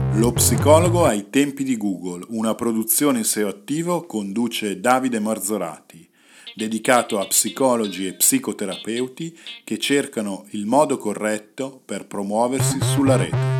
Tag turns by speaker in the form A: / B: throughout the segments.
A: Lo psicologo ai tempi di Google, una produzione SEO attivo, conduce Davide Marzorati, dedicato a psicologi e psicoterapeuti che cercano il modo corretto per promuoversi sulla rete.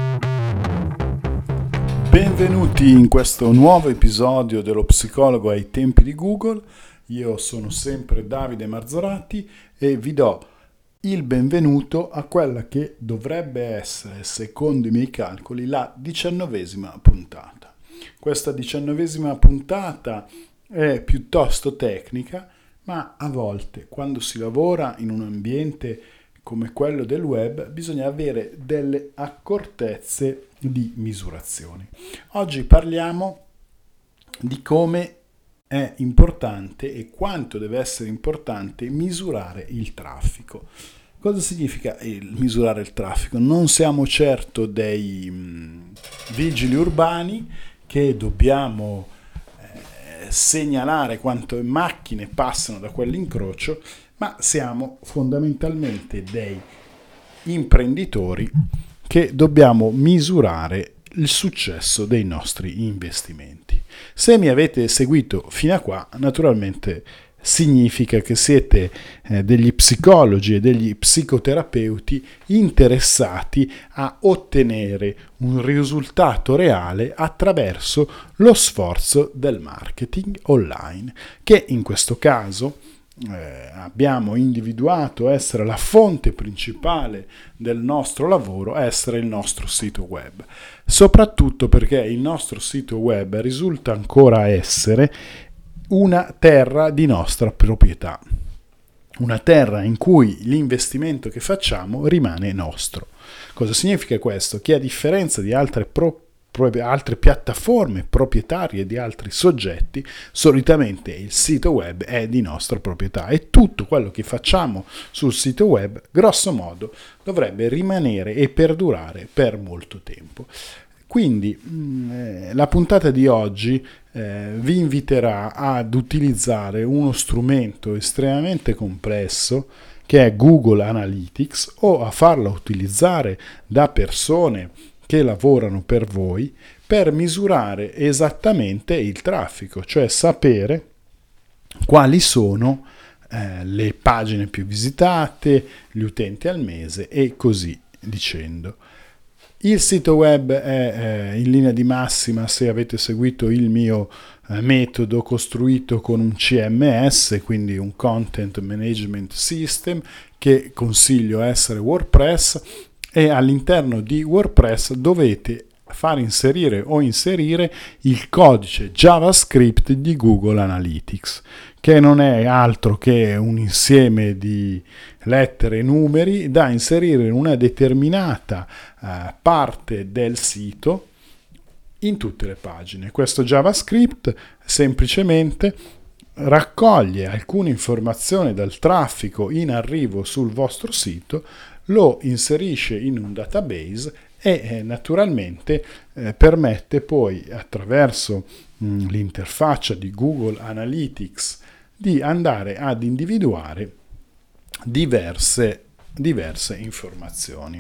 A: Benvenuti in questo nuovo episodio dello psicologo ai tempi di Google. Io sono sempre Davide Marzorati e vi do il benvenuto a quella che dovrebbe essere, secondo i miei calcoli, la 19ª puntata. Questa 19ª puntata è piuttosto tecnica, ma a volte, quando si lavora in un ambiente come quello del web, bisogna avere delle accortezze di misurazione. Oggi parliamo di come è importante e quanto deve essere importante misurare il traffico. Cosa significa misurare il traffico? Non siamo certo dei vigili urbani che dobbiamo segnalare quante macchine passano da quell'incrocio, ma siamo fondamentalmente dei imprenditori che dobbiamo misurare il successo dei nostri investimenti. Se mi avete seguito fino a qua, naturalmente significa che siete degli psicologi e degli psicoterapeuti interessati a ottenere un risultato reale attraverso lo sforzo del marketing online, che in questo caso abbiamo individuato essere la fonte principale del nostro lavoro, essere il nostro sito web, soprattutto perché il nostro sito web risulta ancora essere una terra di nostra proprietà, una terra in cui l'investimento che facciamo rimane nostro. Cosa significa questo? Che a differenza di altre piattaforme proprietarie di altri soggetti, solitamente il sito web è di nostra proprietà e tutto quello che facciamo sul sito web, grosso modo, dovrebbe rimanere e perdurare per molto tempo. Quindi la puntata di oggi vi inviterà ad utilizzare uno strumento estremamente complesso che è Google Analytics, o a farlo utilizzare da persone che lavorano per voi per misurare esattamente il traffico, cioè sapere quali sono le pagine più visitate, gli utenti al mese e così dicendo. Il sito web è in linea di massima, se avete seguito il mio metodo, costruito con un CMS, quindi un Content Management System, che consiglio essere WordPress, e all'interno di WordPress dovete far inserire o inserire il codice JavaScript di Google Analytics, che non è altro che un insieme di lettere e numeri da inserire in una determinata parte del sito in tutte le pagine. Questo JavaScript semplicemente raccoglie alcune informazioni dal traffico in arrivo sul vostro sito, lo inserisce in un database e naturalmente permette poi, attraverso l'interfaccia di Google Analytics, di andare ad individuare diverse informazioni.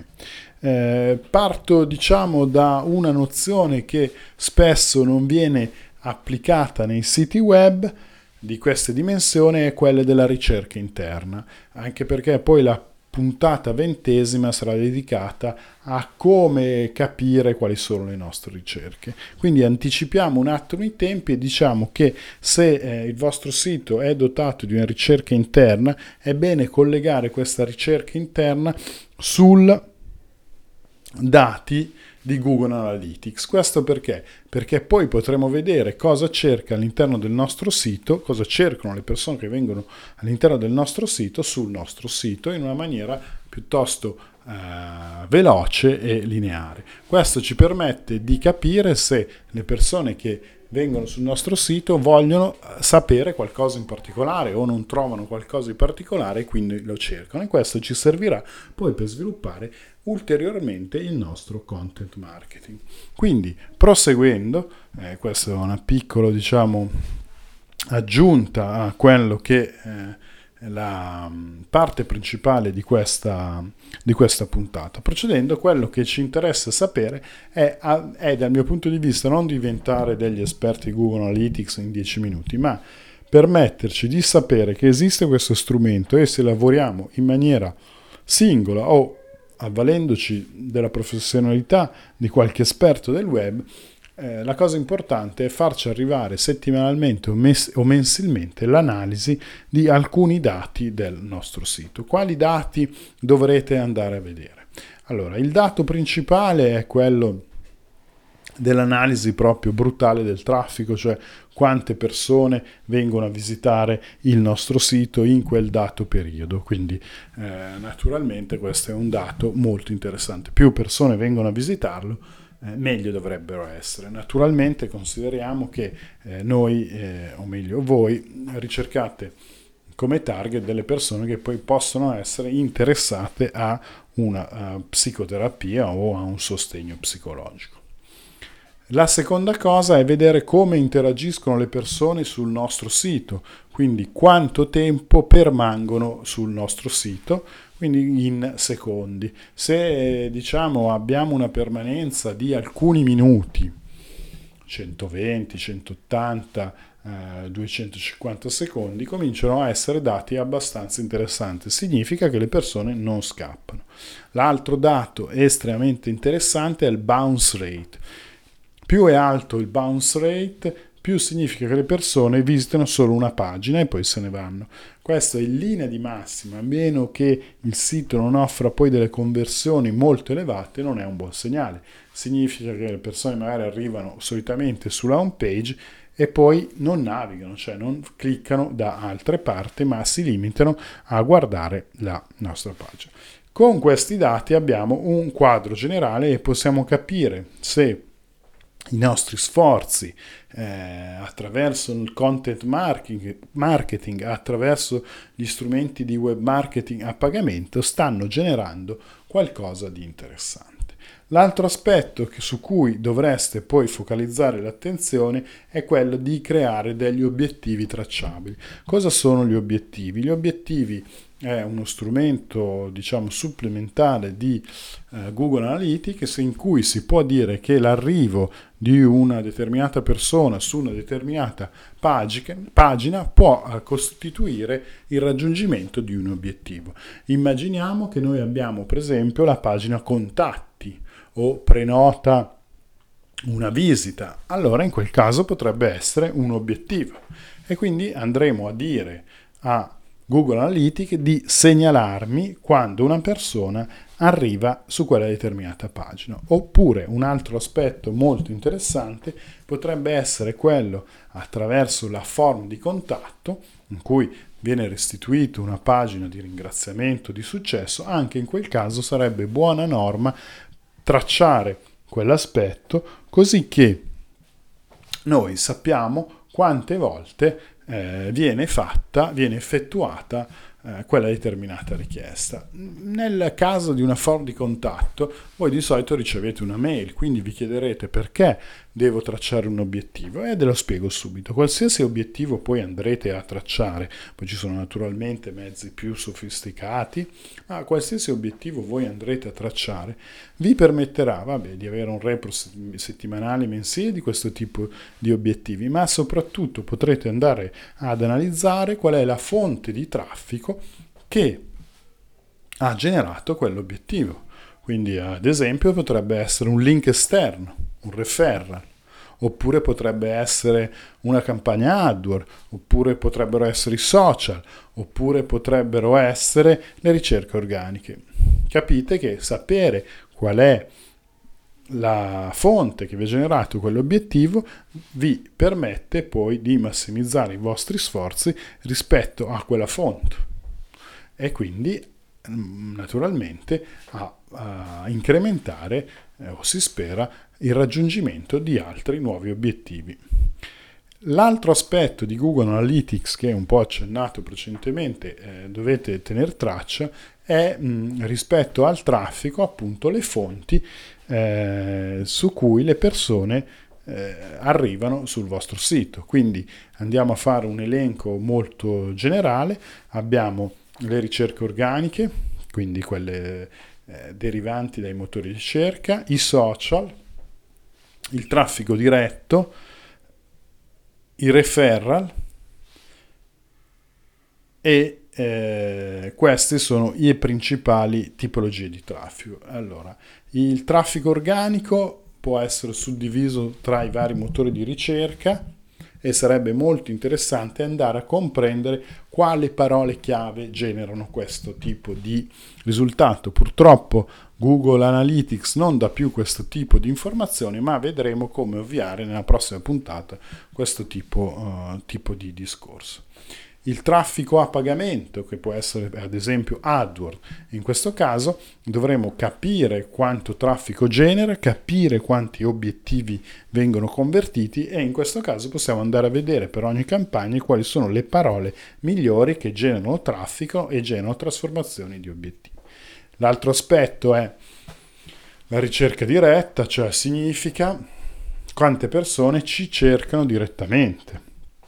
A: Parto da una nozione che spesso non viene applicata nei siti web di queste dimensioni, è quella della ricerca interna, anche perché poi la puntata 20ª sarà dedicata a come capire quali sono le nostre ricerche. Quindi anticipiamo un attimo i tempi e diciamo che se il vostro sito è dotato di una ricerca interna, è bene collegare questa ricerca interna sul dati di Google Analytics. Questo perché? Perché poi potremo vedere cosa cerca all'interno del nostro sito, cosa cercano le persone che vengono all'interno del nostro sito, sul nostro sito, in una maniera piuttosto veloce e lineare. Questo ci permette di capire se le persone che vengono sul nostro sito vogliono sapere qualcosa in particolare o non trovano qualcosa in particolare e quindi lo cercano, e questo ci servirà poi per sviluppare ulteriormente il nostro content marketing. Quindi, proseguendo, questa è una piccola aggiunta a quello che la parte principale di questa puntata. Procedendo, quello che ci interessa sapere è dal mio punto di vista non diventare degli esperti Google Analytics in 10 minuti, ma permetterci di sapere che esiste questo strumento e se lavoriamo in maniera singola o avvalendoci della professionalità di qualche esperto del web, la cosa importante è farci arrivare settimanalmente o mensilmente l'analisi di alcuni dati del nostro sito. Quali dati dovrete andare a vedere? Allora, il dato principale è quello dell'analisi proprio brutale del traffico, cioè quante persone vengono a visitare il nostro sito in quel dato periodo. Quindi naturalmente questo è un dato molto interessante. Più persone vengono a visitarlo, meglio dovrebbero essere. Naturalmente consideriamo che noi, o meglio voi, ricercate come target delle persone che poi possono essere interessate a una psicoterapia o a un sostegno psicologico. La seconda cosa è vedere come interagiscono le persone sul nostro sito, quindi quanto tempo permangono sul nostro sito, quindi in secondi. Se diciamo abbiamo una permanenza di alcuni minuti, 120, 180, 250 secondi, cominciano a essere dati abbastanza interessanti. Significa che le persone non scappano. L'altro dato estremamente interessante è il bounce rate. Più è alto il bounce rate, più significa che le persone visitano solo una pagina e poi se ne vanno. Questo è in linea di massima, a meno che il sito non offra poi delle conversioni molto elevate, non è un buon segnale. Significa che le persone magari arrivano solitamente sulla home page e poi non navigano, cioè non cliccano da altre parti, ma si limitano a guardare la nostra pagina. Con questi dati abbiamo un quadro generale e possiamo capire se i nostri sforzi attraverso il content marketing, attraverso gli strumenti di web marketing a pagamento stanno generando qualcosa di interessante. L'altro aspetto su cui dovreste poi focalizzare l'attenzione è quello di creare degli obiettivi tracciabili. Cosa sono gli obiettivi? Gli obiettivi è uno strumento, diciamo, supplementare di Google Analytics in cui si può dire che l'arrivo di una determinata persona su una determinata pagina può costituire il raggiungimento di un obiettivo. Immaginiamo che noi abbiamo per esempio la pagina contatti o prenota una visita, allora in quel caso potrebbe essere un obiettivo e quindi andremo a dire a Google Analytics di segnalarmi quando una persona arriva su quella determinata pagina. Oppure un altro aspetto molto interessante potrebbe essere quello attraverso la form di contatto in cui viene restituita una pagina di ringraziamento di successo. Anche in quel caso sarebbe buona norma tracciare quell'aspetto così che noi sappiamo quante volte viene effettuata quella determinata richiesta. Nel caso di una form di contatto, voi di solito ricevete una mail, quindi vi chiederete perché devo tracciare un obiettivo e ve lo spiego subito. Qualsiasi obiettivo poi andrete a tracciare, poi ci sono naturalmente mezzi più sofisticati, ma qualsiasi obiettivo voi andrete a tracciare vi permetterà di avere un report settimanale, mensile di questo tipo di obiettivi, ma soprattutto potrete andare ad analizzare qual è la fonte di traffico che ha generato quell'obiettivo. Quindi ad esempio potrebbe essere un link esterno, un referral, oppure potrebbe essere una campagna AdWords, oppure potrebbero essere i social, oppure potrebbero essere le ricerche organiche. Capite che sapere qual è la fonte che vi ha generato quell'obiettivo vi permette poi di massimizzare i vostri sforzi rispetto a quella fonte e quindi naturalmente a incrementare o si spera il raggiungimento di altri nuovi obiettivi. L'altro aspetto di Google Analytics che è un po' accennato precedentemente dovete tenere traccia è rispetto al traffico appunto le fonti su cui le persone arrivano sul vostro sito. Quindi andiamo a fare un elenco molto generale. Abbiamo le ricerche organiche, quindi quelle derivanti dai motori di ricerca, i social, il traffico diretto, i referral e queste sono le principali tipologie di traffico. Allora, il traffico organico può essere suddiviso tra i vari motori di ricerca e sarebbe molto interessante andare a comprendere quali parole chiave generano questo tipo di risultato. Purtroppo Google Analytics non dà più questo tipo di informazioni, ma vedremo come ovviare nella prossima puntata questo tipo di discorso. Il traffico a pagamento, che può essere ad esempio AdWords, in questo caso dovremo capire quanto traffico genera, capire quanti obiettivi vengono convertiti e in questo caso possiamo andare a vedere per ogni campagna quali sono le parole migliori che generano traffico e generano trasformazioni di obiettivi. L'altro aspetto è la ricerca diretta, cioè significa quante persone ci cercano direttamente.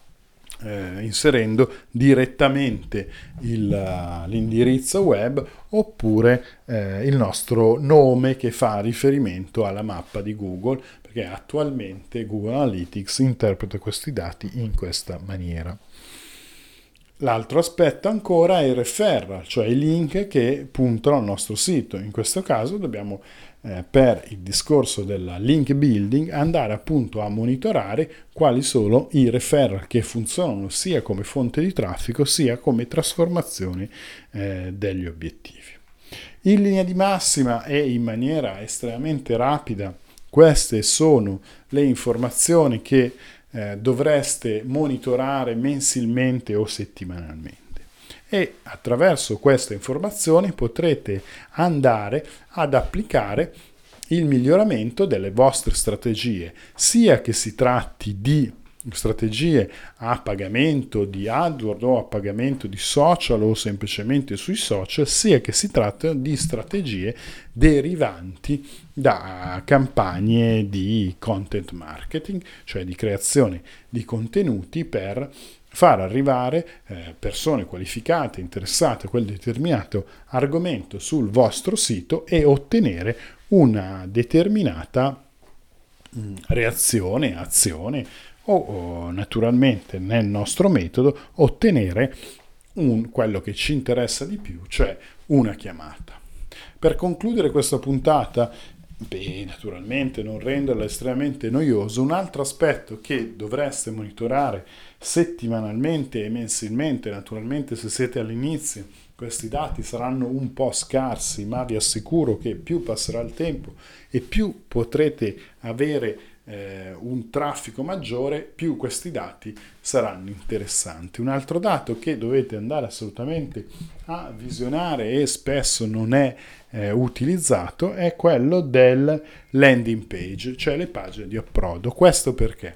A: Inserendo direttamente l'indirizzo web oppure il nostro nome che fa riferimento alla mappa di Google, perché attualmente Google Analytics interpreta questi dati in questa maniera. L'altro aspetto ancora è il referral, cioè i link che puntano al nostro sito. In questo caso dobbiamo per il discorso della link building andare appunto a monitorare quali sono i referral che funzionano sia come fonte di traffico sia come trasformazione degli obiettivi. In linea di massima e in maniera estremamente rapida, queste sono le informazioni che dovreste monitorare mensilmente o settimanalmente. E attraverso queste informazioni potrete andare ad applicare il miglioramento delle vostre strategie, sia che si tratti di strategie a pagamento di AdWords o a pagamento di social o semplicemente sui social, sia che si tratti di strategie derivanti da campagne di content marketing, cioè di creazione di contenuti per far arrivare persone qualificate, interessate a quel determinato argomento sul vostro sito e ottenere una determinata reazione, azione o naturalmente nel nostro metodo ottenere quello che ci interessa di più, cioè una chiamata. Per concludere questa puntata, naturalmente non renderla estremamente noiosa, un altro aspetto che dovreste monitorare settimanalmente e mensilmente, naturalmente se siete all'inizio questi dati saranno un po' scarsi, ma vi assicuro che più passerà il tempo e più potrete avere un traffico maggiore, più questi dati saranno interessanti. Un altro dato che dovete andare assolutamente a visionare e spesso non è utilizzato è quello del landing page, cioè le pagine di approdo. Questo perché?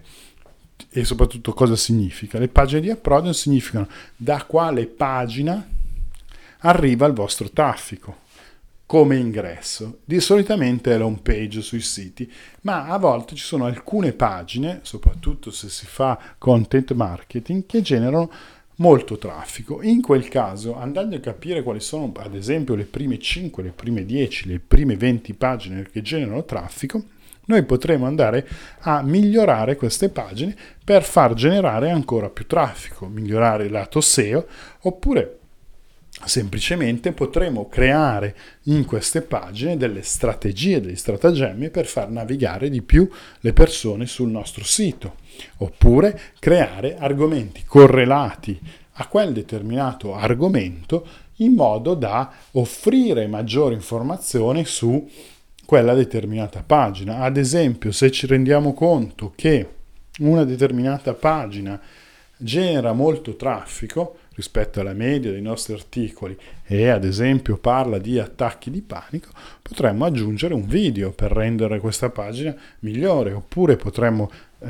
A: E soprattutto cosa significa? Le pagine di approdo significano da quale pagina arriva il vostro traffico come ingresso. Solitamente è l'home page sui siti, ma a volte ci sono alcune pagine, soprattutto se si fa content marketing, che generano molto traffico. In quel caso, andando a capire quali sono ad esempio le prime 5, le prime 10, le prime 20 pagine che generano traffico, noi potremo andare a migliorare queste pagine per far generare ancora più traffico, migliorare il lato SEO, oppure semplicemente potremo creare in queste pagine delle strategie, degli stratagemmi per far navigare di più le persone sul nostro sito, oppure creare argomenti correlati a quel determinato argomento in modo da offrire maggiori informazioni su quella determinata pagina. Ad esempio, se ci rendiamo conto che una determinata pagina genera molto traffico rispetto alla media dei nostri articoli e ad esempio parla di attacchi di panico, potremmo aggiungere un video per rendere questa pagina migliore, oppure potremmo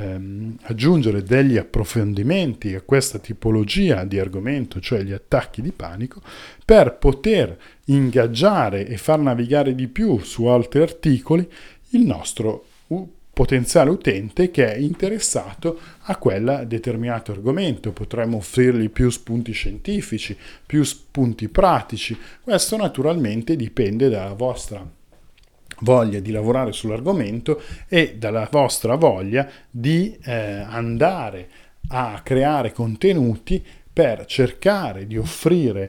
A: aggiungere degli approfondimenti a questa tipologia di argomento, cioè gli attacchi di panico, per poter ingaggiare e far navigare di più su altri articoli il nostro potenziale utente che è interessato a quel determinato argomento. Potremmo offrirgli più spunti scientifici, più spunti pratici. Questo naturalmente dipende dalla vostra voglia di lavorare sull'argomento e dalla vostra voglia di andare a creare contenuti per cercare di offrire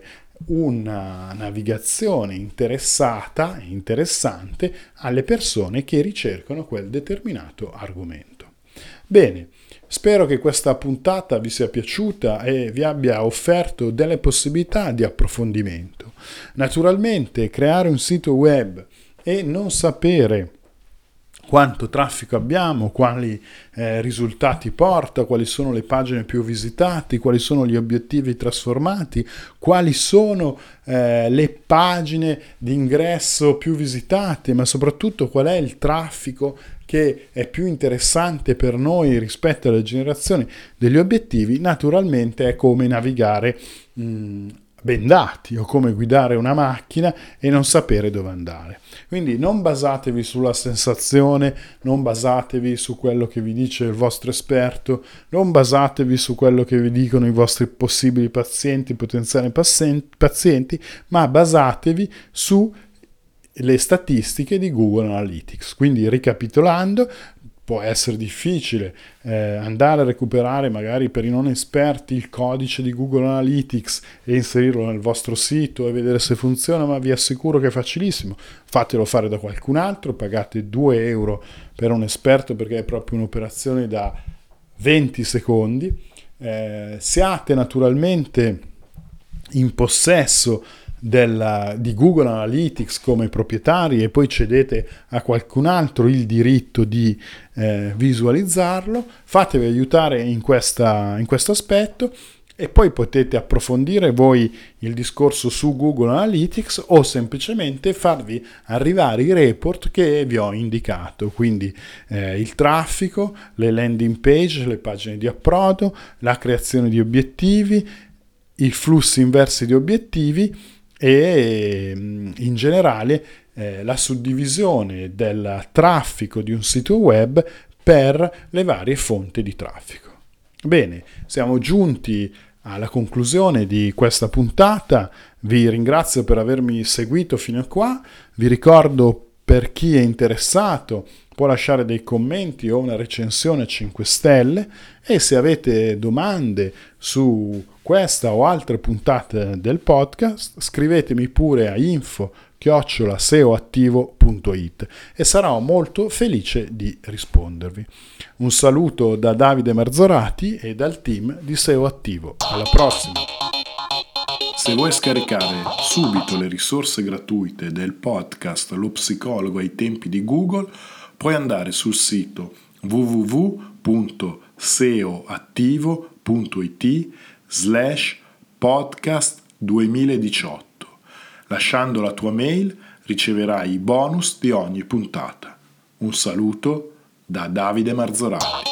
A: una navigazione interessata e interessante alle persone che ricercano quel determinato argomento. Bene, spero che questa puntata vi sia piaciuta e vi abbia offerto delle possibilità di approfondimento. Naturalmente, creare un sito web e non sapere quanto traffico abbiamo, quali risultati porta, quali sono le pagine più visitate, quali sono gli obiettivi trasformati, quali sono le pagine di ingresso più visitate, ma soprattutto qual è il traffico che è più interessante per noi rispetto alle generazioni degli obiettivi. Naturalmente è come navigare bendati o come guidare una macchina e non sapere dove andare. Quindi non basatevi sulla sensazione, non basatevi su quello che vi dice il vostro esperto, non basatevi su quello che vi dicono i vostri possibili pazienti, potenziali pazienti, ma basatevi su le statistiche di Google Analytics. Quindi, ricapitolando, può essere difficile andare a recuperare magari per i non esperti il codice di Google Analytics e inserirlo nel vostro sito e vedere se funziona, ma vi assicuro che è facilissimo. Fatelo fare da qualcun altro, pagate 2 euro per un esperto perché è proprio un'operazione da 20 secondi. Siate naturalmente in possesso di Google Analytics come proprietari e poi cedete a qualcun altro il diritto di visualizzarlo. Fatevi aiutare in questo aspetto e poi potete approfondire voi il discorso su Google Analytics o semplicemente farvi arrivare i report che vi ho indicato, quindi il traffico, le landing page, le pagine di approdo, la creazione di obiettivi, i flussi inversi di obiettivi e in generale la suddivisione del traffico di un sito web per le varie fonti di traffico. Bene, siamo giunti alla conclusione di questa puntata. Vi ringrazio per avermi seguito fino a qua. Vi ricordo, per chi è interessato, può lasciare dei commenti o una recensione a 5 stelle e se avete domande su questa o altre puntate del podcast scrivetemi pure a info@seoattivo.it e sarò molto felice di rispondervi. Un saluto da Davide Marzorati e dal team di SEO Attivo. Alla prossima! Se vuoi scaricare subito le risorse gratuite del podcast Lo Psicologo ai tempi di Google, puoi andare sul sito www.seoattivo.it/podcast 2018. Lasciando la tua mail riceverai i bonus di ogni puntata. Un saluto da Davide Marzorati.